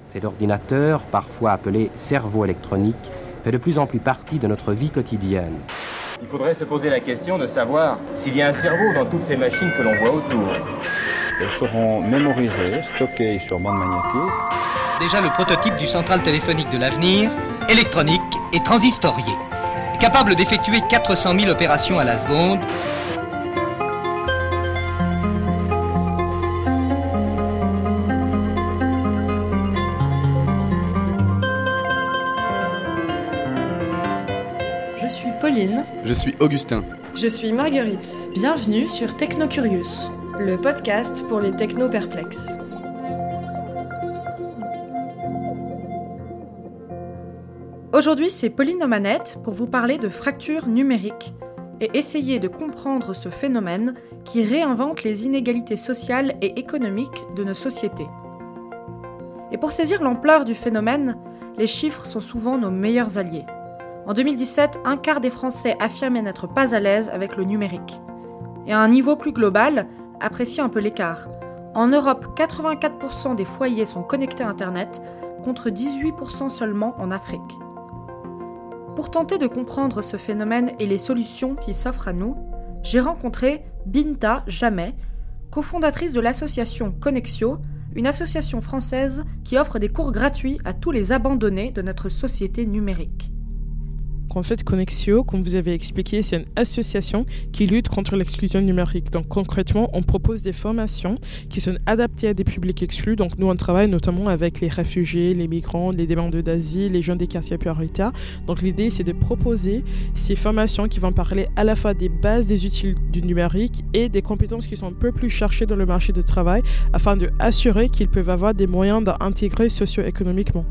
Cet ordinateur, parfois appelé cerveau électronique, fait de plus en plus partie de notre vie quotidienne. Il faudrait se poser la question de savoir s'il y a un cerveau dans toutes ces machines que l'on voit autour. Elles seront mémorisées, stockées sur bande magnétique. Déjà le prototype du central téléphonique de l'avenir, électronique et transistorié, capable d'effectuer 400 000 opérations à la seconde. Je suis Pauline. Je suis Augustin. Je suis Marguerite. Bienvenue sur Technocurious, le podcast pour les techno-perplexes. Aujourd'hui, c'est Pauline aux manettes pour vous parler de fracture numérique et essayer de comprendre ce phénomène qui réinvente les inégalités sociales et économiques de nos sociétés. Et pour saisir l'ampleur du phénomène, les chiffres sont souvent nos meilleurs alliés. En 2017, un quart des Français affirmaient n'être pas à l'aise avec le numérique. Et à un niveau plus global, appréciez un peu l'écart. En Europe, 84% des foyers sont connectés à Internet, contre 18% seulement en Afrique. Pour tenter de comprendre ce phénomène et les solutions qui s'offrent à nous, j'ai rencontré Binta Jamet, cofondatrice de l'association Connexio, une association française qui offre des cours gratuits à tous les abandonnés de notre société numérique. En fait, Connexio, comme vous avez expliqué, c'est une association qui lutte contre l'exclusion numérique. Donc concrètement, on propose des formations qui sont adaptées à des publics exclus. Donc nous, on travaille notamment avec les réfugiés, les migrants, les demandeurs d'asile, les jeunes des quartiers prioritaires. Donc l'idée, c'est de proposer ces formations qui vont parler à la fois des bases des outils du numérique et des compétences qui sont un peu plus cherchées dans le marché du travail afin de assurer qu'ils peuvent avoir des moyens d'intégrer socio-économiquement.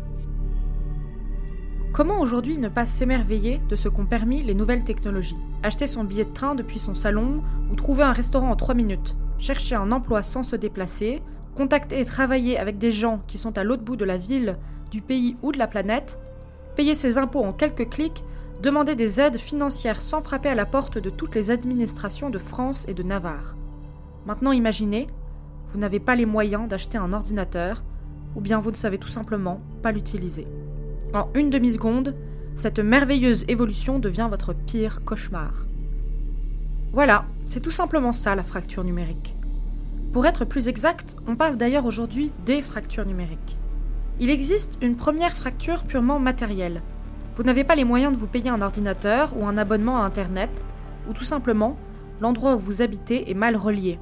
Comment aujourd'hui ne pas s'émerveiller de ce qu'ont permis les nouvelles technologies ? Acheter son billet de train depuis son salon ou trouver un restaurant en 3 minutes, chercher un emploi sans se déplacer, contacter et travailler avec des gens qui sont à l'autre bout de la ville, du pays ou de la planète, payer ses impôts en quelques clics, demander des aides financières sans frapper à la porte de toutes les administrations de France et de Navarre. Maintenant imaginez, vous n'avez pas les moyens d'acheter un ordinateur ou bien vous ne savez tout simplement pas l'utiliser. En une demi-seconde, cette merveilleuse évolution devient votre pire cauchemar. Voilà, c'est tout simplement ça la fracture numérique. Pour être plus exact, on parle d'ailleurs aujourd'hui des fractures numériques. Il existe une première fracture purement matérielle. Vous n'avez pas les moyens de vous payer un ordinateur ou un abonnement à Internet, ou tout simplement, l'endroit où vous habitez est mal relié.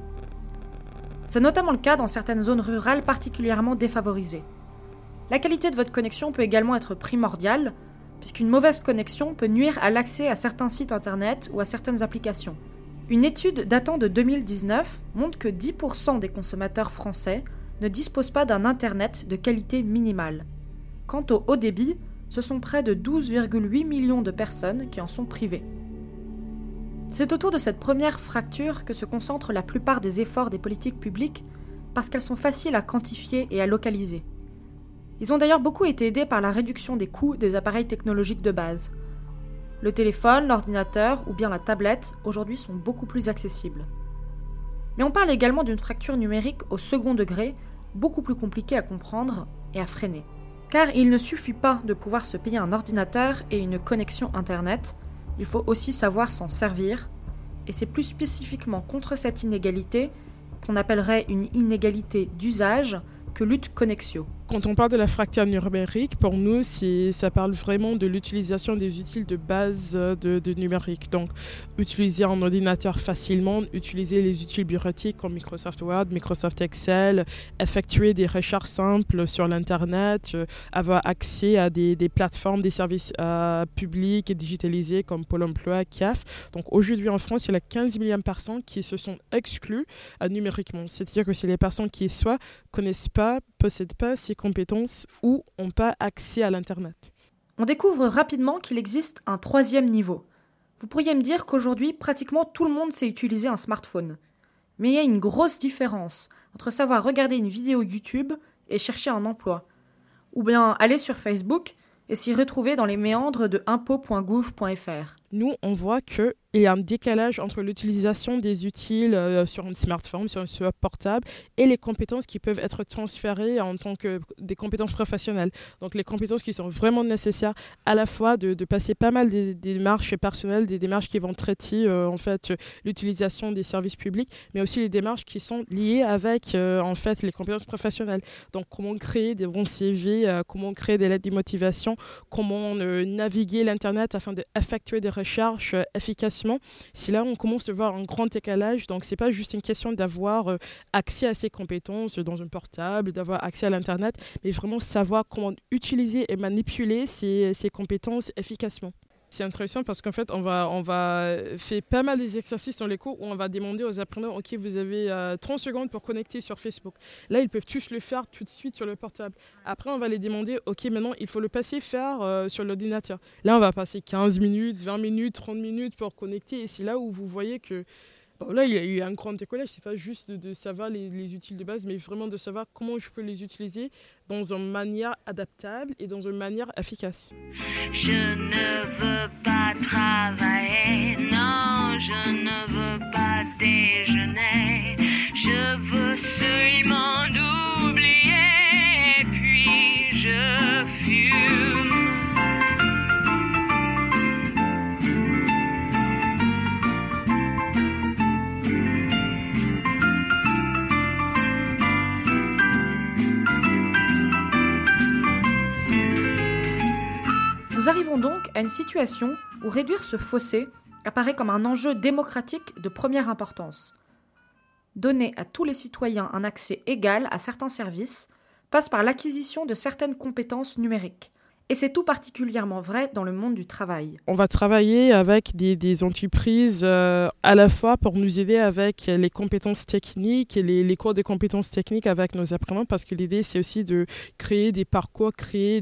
C'est notamment le cas dans certaines zones rurales particulièrement défavorisées. La qualité de votre connexion peut également être primordiale, puisqu'une mauvaise connexion peut nuire à l'accès à certains sites internet ou à certaines applications. Une étude datant de 2019 montre que 10% des consommateurs français ne disposent pas d'un internet de qualité minimale. Quant au haut débit, ce sont près de 12,8 millions de personnes qui en sont privées. C'est autour de cette première fracture que se concentrent la plupart des efforts des politiques publiques, parce qu'elles sont faciles à quantifier et à localiser. Ils ont d'ailleurs beaucoup été aidés par la réduction des coûts des appareils technologiques de base. Le téléphone, l'ordinateur ou bien la tablette, aujourd'hui, sont beaucoup plus accessibles. Mais on parle également d'une fracture numérique au second degré, beaucoup plus compliquée à comprendre et à freiner. Car il ne suffit pas de pouvoir se payer un ordinateur et une connexion Internet, il faut aussi savoir s'en servir, et c'est plus spécifiquement contre cette inégalité, qu'on appellerait une inégalité d'usage, que lutte Connexio. Quand on parle de la fracture numérique, pour nous, ça parle vraiment de l'utilisation des outils de base de numérique. Donc, utiliser un ordinateur facilement, utiliser les outils bureautiques comme Microsoft Word, Microsoft Excel, effectuer des recherches simples sur l'Internet, avoir accès à des plateformes, des services publics et digitalisés comme Pôle emploi, CAF. Donc, aujourd'hui en France, il y a 15 millions de personnes qui se sont exclues numériquement. C'est-à-dire que c'est les personnes qui soit connaissent pas, possèdent pas ces compétences ou n'ont pas accès à l'Internet. On découvre rapidement qu'il existe un troisième niveau. Vous pourriez me dire qu'aujourd'hui, pratiquement tout le monde sait utiliser un smartphone. Mais il y a une grosse différence entre savoir regarder une vidéo YouTube et chercher un emploi, ou bien aller sur Facebook et s'y retrouver dans les méandres de impôts.gouv.fr. nous, on voit qu'il y a un décalage entre l'utilisation des outils sur un smartphone, sur un portable, et les compétences qui peuvent être transférées en tant que des compétences professionnelles. Donc, les compétences qui sont vraiment nécessaires à la fois de passer pas mal des démarches personnelles, des démarches qui vont traiter en fait l'utilisation des services publics, mais aussi les démarches qui sont liées avec en fait les compétences professionnelles. Donc, comment créer des bons CV, comment créer des lettres de motivation, comment naviguer l'Internet afin d'effectuer des recherches efficacement. Si là, on commence à voir un grand décalage, donc c'est pas juste une question d'avoir accès à ces compétences dans un portable, d'avoir accès à l'Internet, mais vraiment savoir comment utiliser et manipuler ces compétences efficacement. C'est intéressant parce qu'en fait, on va faire pas mal des exercices dans les cours où on va demander aux apprenants, OK, vous avez 30 secondes pour connecter sur Facebook. Là, ils peuvent tous le faire tout de suite sur le portable. Après, on va les demander, OK, maintenant, il faut le passer faire sur l'ordinateur. Là, on va passer 15 minutes, 20 minutes, 30 minutes pour connecter. Et c'est là où vous voyez que là, il y a un grand décollage. C'est pas juste de savoir les outils de base, mais vraiment de savoir comment je peux les utiliser dans une manière adaptable et dans une manière efficace. Je ne veux pas travailler, non, je ne veux pas déjeuner. Je veux seulement oublier, puis je fume. Nous arrivons donc à une situation où réduire ce fossé apparaît comme un enjeu démocratique de première importance. Donner à tous les citoyens un accès égal à certains services passe par l'acquisition de certaines compétences numériques. Et c'est tout particulièrement vrai dans le monde du travail. On va travailler avec des entreprises à la fois pour nous aider avec les compétences techniques et les cours de compétences techniques avec nos apprenants, parce que l'idée, c'est aussi de créer des parcours, créer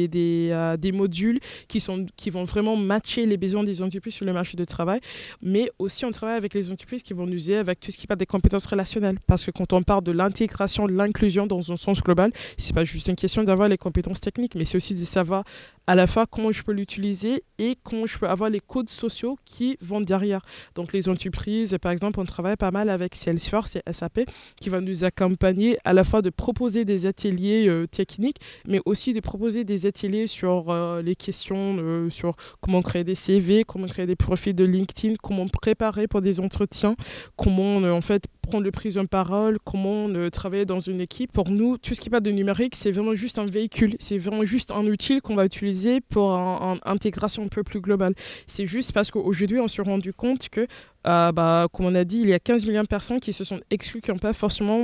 des modules qui vont vraiment matcher les besoins des entreprises sur le marché du travail. Mais aussi, on travaille avec les entreprises qui vont nous aider avec tout ce qui parle des compétences relationnelles. Parce que quand on parle de l'intégration, de l'inclusion dans un sens global, c'est pas juste une question d'avoir les compétences techniques, mais c'est aussi de savoir à la fois comment je peux l'utiliser et comment je peux avoir les codes sociaux qui vont derrière. Donc les entreprises, par exemple, on travaille pas mal avec Salesforce et SAP qui vont nous accompagner à la fois de proposer des ateliers techniques, mais aussi de proposer des ateliers sur les questions sur comment créer des CV, comment créer des profils de LinkedIn, comment préparer pour des entretiens, comment en fait prendre le prise en parole, comment travailler dans une équipe. Pour nous, tout ce qui parle de numérique, c'est vraiment juste un véhicule, c'est vraiment juste un outil qu'on va utiliser pour une intégration un peu plus globale. C'est juste parce qu'aujourd'hui, on s'est rendu compte que comme on a dit, il y a 15 millions de personnes qui se sont exclues, qui n'ont pas forcément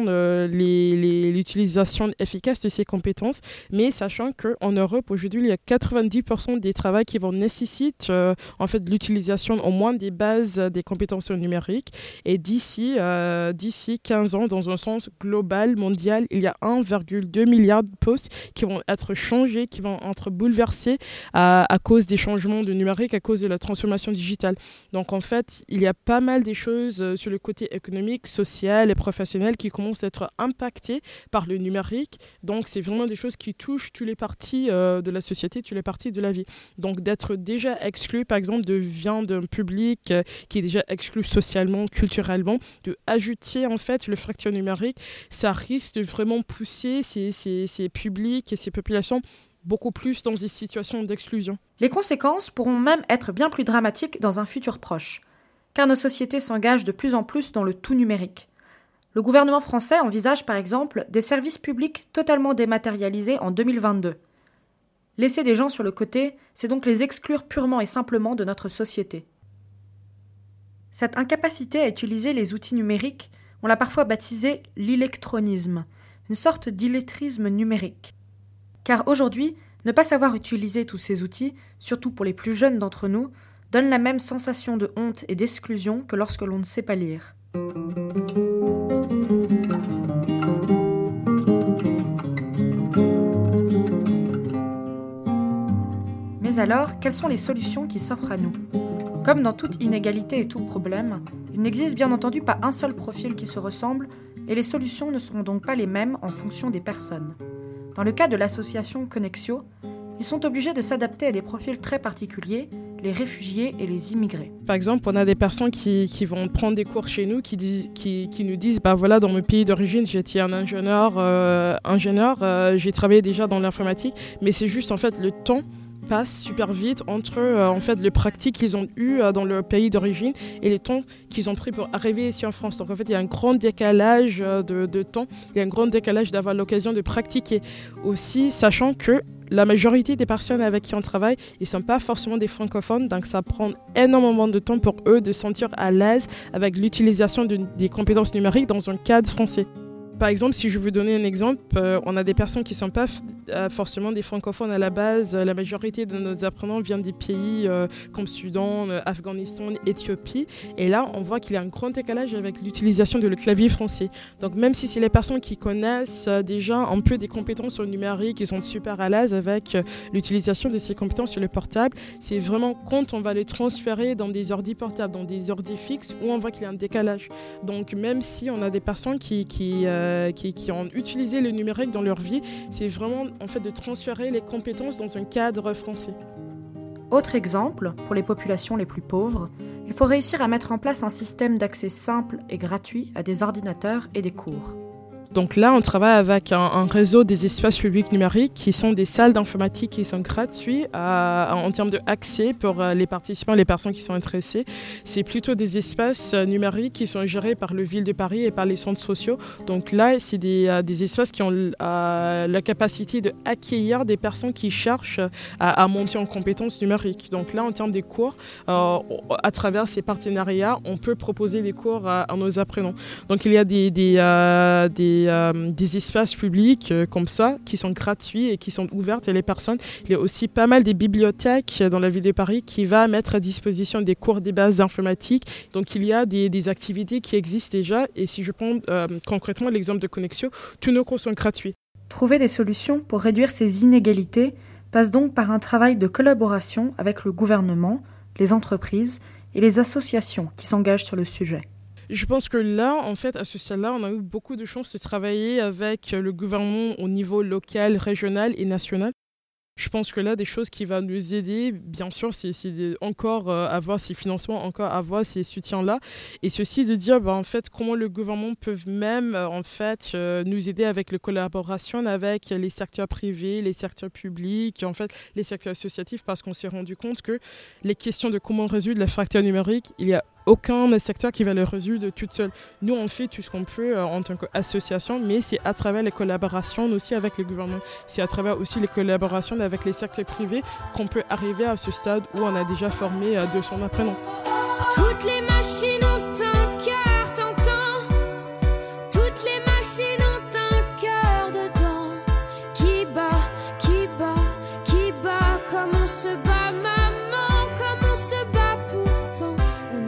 l'utilisation efficace de ces compétences, mais sachant qu'en Europe, aujourd'hui, il y a 90% des travaux qui vont nécessiter en fait, l'utilisation au moins des bases des compétences numériques. Et d'ici 15 ans, dans un sens global, mondial, il y a 1,2 milliard de postes qui vont être changés, qui vont être bouleversés à cause des changements de numérique, à cause de la transformation digitale. Donc en fait, il y a pas mal des choses sur le côté économique, social et professionnel qui commencent à être impactées par le numérique. Donc, c'est vraiment des choses qui touchent toutes les parties de la société, toutes les parties de la vie. Donc, d'être déjà exclu, par exemple, d'un public qui est déjà exclu socialement, culturellement, de ajouter, en fait, le facteur numérique, ça risque de vraiment pousser ces publics et ces populations beaucoup plus dans des situations d'exclusion. Les conséquences pourront même être bien plus dramatiques dans un futur proche, car nos sociétés s'engagent de plus en plus dans le tout numérique. Le gouvernement français envisage par exemple des services publics totalement dématérialisés en 2022. Laisser des gens sur le côté, c'est donc les exclure purement et simplement de notre société. Cette incapacité à utiliser les outils numériques, on l'a parfois baptisé l'électronisme, une sorte d'illettrisme numérique. Car aujourd'hui, ne pas savoir utiliser tous ces outils, surtout pour les plus jeunes d'entre nous, donne la même sensation de honte et d'exclusion que lorsque l'on ne sait pas lire. Mais alors, quelles sont les solutions qui s'offrent à nous ? Comme dans toute inégalité et tout problème, il n'existe bien entendu pas un seul profil qui se ressemble, et les solutions ne seront donc pas les mêmes en fonction des personnes. Dans le cas de l'association Connexio, ils sont obligés de s'adapter à des profils très particuliers les réfugiés et les immigrés. Par exemple, on a des personnes qui vont prendre des cours chez nous, qui nous disent, voilà, dans mon pays d'origine, j'étais un ingénieur, j'ai travaillé déjà dans l'informatique, mais c'est juste en fait le temps passe super vite entre les pratiques qu'ils ont eues dans leur pays d'origine et les temps qu'ils ont pris pour arriver ici en France. Donc en fait, il y a un grand décalage de temps, il y a un grand décalage d'avoir l'occasion de pratiquer aussi, sachant que la majorité des personnes avec qui on travaille, ils ne sont pas forcément des francophones, donc ça prend énormément de temps pour eux de se sentir à l'aise avec l'utilisation des compétences numériques dans un cadre français. Par exemple, si je veux donner un exemple, on a des personnes qui ne sont pas forcément des francophones à la base. La majorité de nos apprenants viennent des pays comme Soudan, Afghanistan, Éthiopie. Et là, on voit qu'il y a un grand décalage avec l'utilisation de le clavier français. Donc même si c'est les personnes qui connaissent déjà un peu des compétences au numérique, ils sont super à l'aise avec l'utilisation de ces compétences sur le portable, c'est vraiment quand on va les transférer dans des ordi portables, dans des ordi fixes, où on voit qu'il y a un décalage. Donc même si on a des personnes qui ont utilisé le numérique dans leur vie, c'est vraiment en fait de transférer les compétences dans un cadre français. Autre exemple, pour les populations les plus pauvres, il faut réussir à mettre en place un système d'accès simple et gratuit à des ordinateurs et des cours. Donc là, on travaille avec un réseau des espaces publics numériques qui sont des salles d'informatique qui sont gratuites en termes d'accès pour les participants, les personnes qui sont intéressées. C'est plutôt des espaces numériques qui sont gérés par la ville de Paris et par les centres sociaux. Donc là, c'est des espaces qui ont la capacité d'accueillir des personnes qui cherchent à monter en compétences numériques. Donc là, en termes des cours, à travers ces partenariats, on peut proposer des cours à nos apprenants. Donc il y a des espaces publics comme ça qui sont gratuits et qui sont ouverts à les personnes. Il y a aussi pas mal des bibliothèques dans la ville de Paris qui va mettre à disposition des cours des bases d'informatique. Donc il y a des activités qui existent déjà et si je prends concrètement l'exemple de Connexio, tous nos cours sont gratuits. Trouver des solutions pour réduire ces inégalités passe donc par un travail de collaboration avec le gouvernement, les entreprises et les associations qui s'engagent sur le sujet. Je pense que là, en fait, à ce stade-là, on a eu beaucoup de chance de travailler avec le gouvernement au niveau local, régional et national. Je pense que là, des choses qui vont nous aider, bien sûr, c'est encore avoir ces financements, encore avoir ces soutiens-là. Et ceci de dire, en fait, comment le gouvernement peut même, nous aider avec la collaboration avec les secteurs privés, les secteurs publics, en fait, les secteurs associatifs, parce qu'on s'est rendu compte que les questions de comment résoudre la fracture numérique, il y a aucun secteur qui va le résoudre toute seule. Nous, on fait tout ce qu'on peut en tant qu'association, mais c'est à travers les collaborations aussi avec le gouvernement. C'est à travers aussi les collaborations avec les secteurs privés qu'on peut arriver à ce stade où on a déjà formé 200 apprenants. Toutes les machines ont un cœur, t'entends? Toutes les machines ont un cœur dedans qui bat, qui bat, qui bat comme on se bat, maman, comme on se bat pourtant.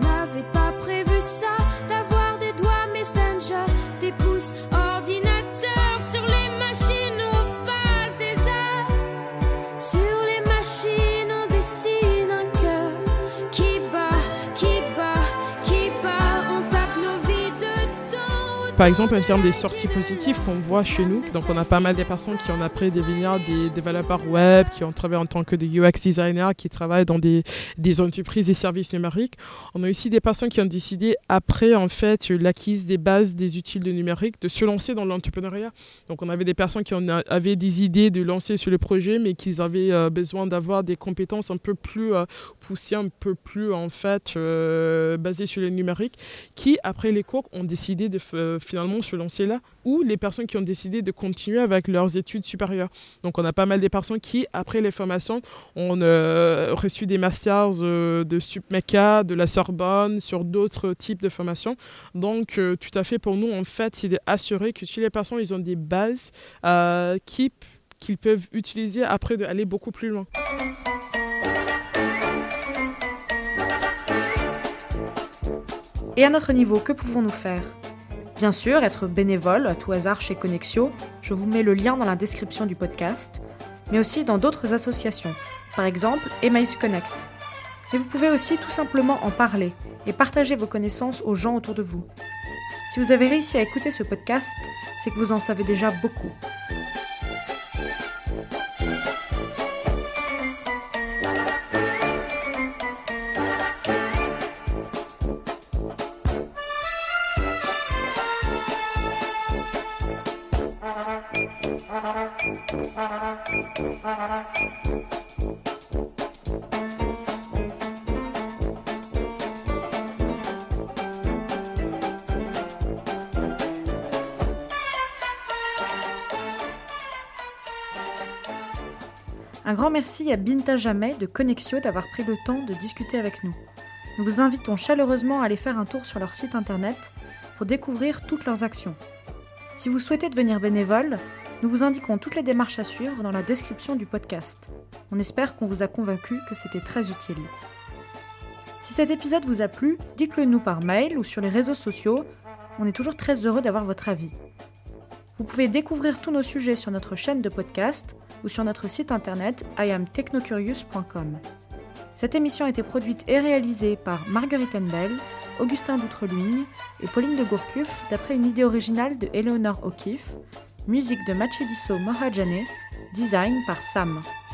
Pas prévu ça, d'avoir des doigts Messenger, des pouces ordinateurs. Sur les machines on passe des heures, sur les machines on dessine un cœur qui bat, qui bat, qui bat, on tape nos vies dedans. Par exemple, en termes des sorties positives qu'on voit chez nous, donc on a pas mal de personnes qui ont après devenir des développeurs web, qui ont travaillé en tant que des UX designers, qui travaillent dans des entreprises et services numériques. On a aussi des personnes qui ont décidé, après en fait l'acquise des bases des outils de numérique, de se lancer dans l'entrepreneuriat. Donc on avait des personnes qui avaient des idées de lancer sur le projet, mais qui avaient besoin d'avoir des compétences un peu plus poussées, un peu plus en fait basées sur le numérique, qui après les cours ont décidé de finalement se lancer là, ou les personnes qui ont décidé de continuer avec leurs études supérieures. Donc on a pas mal de personnes qui, après les formations, ont reçu des masters de SupMeca, de la Sorbonne, sur d'autres types de formations. Donc tout à fait pour nous, en fait, c'est d'assurer que si les personnes ils ont des bases qu'ils peuvent utiliser après d'aller beaucoup plus loin. Et à notre niveau, que pouvons-nous faire ? Bien sûr, être bénévole à tout hasard chez Connexio, je vous mets le lien dans la description du podcast, mais aussi dans d'autres associations, par exemple Emmaüs Connect. Mais vous pouvez aussi tout simplement en parler et partager vos connaissances aux gens autour de vous. Si vous avez réussi à écouter ce podcast, c'est que vous en savez déjà beaucoup. Un grand merci à Binta Jameh de Connexio d'avoir pris le temps de discuter avec nous. Nous vous invitons chaleureusement à aller faire un tour sur leur site internet pour découvrir toutes leurs actions. Si vous souhaitez devenir bénévole, nous vous indiquons toutes les démarches à suivre dans la description du podcast. On espère qu'on vous a convaincu que c'était très utile. Si cet épisode vous a plu, dites-le nous par mail ou sur les réseaux sociaux. On est toujours très heureux d'avoir votre avis. Vous pouvez découvrir tous nos sujets sur notre chaîne de podcast ou sur notre site internet iamtechnocurious.com. Cette émission a été produite et réalisée par Marguerite Enbel, Augustin Doutreluigne et Pauline de Gourcuff d'après une idée originale de Eleanor O'Keeffe, musique de Matshidiso Mohajane, design par Sam.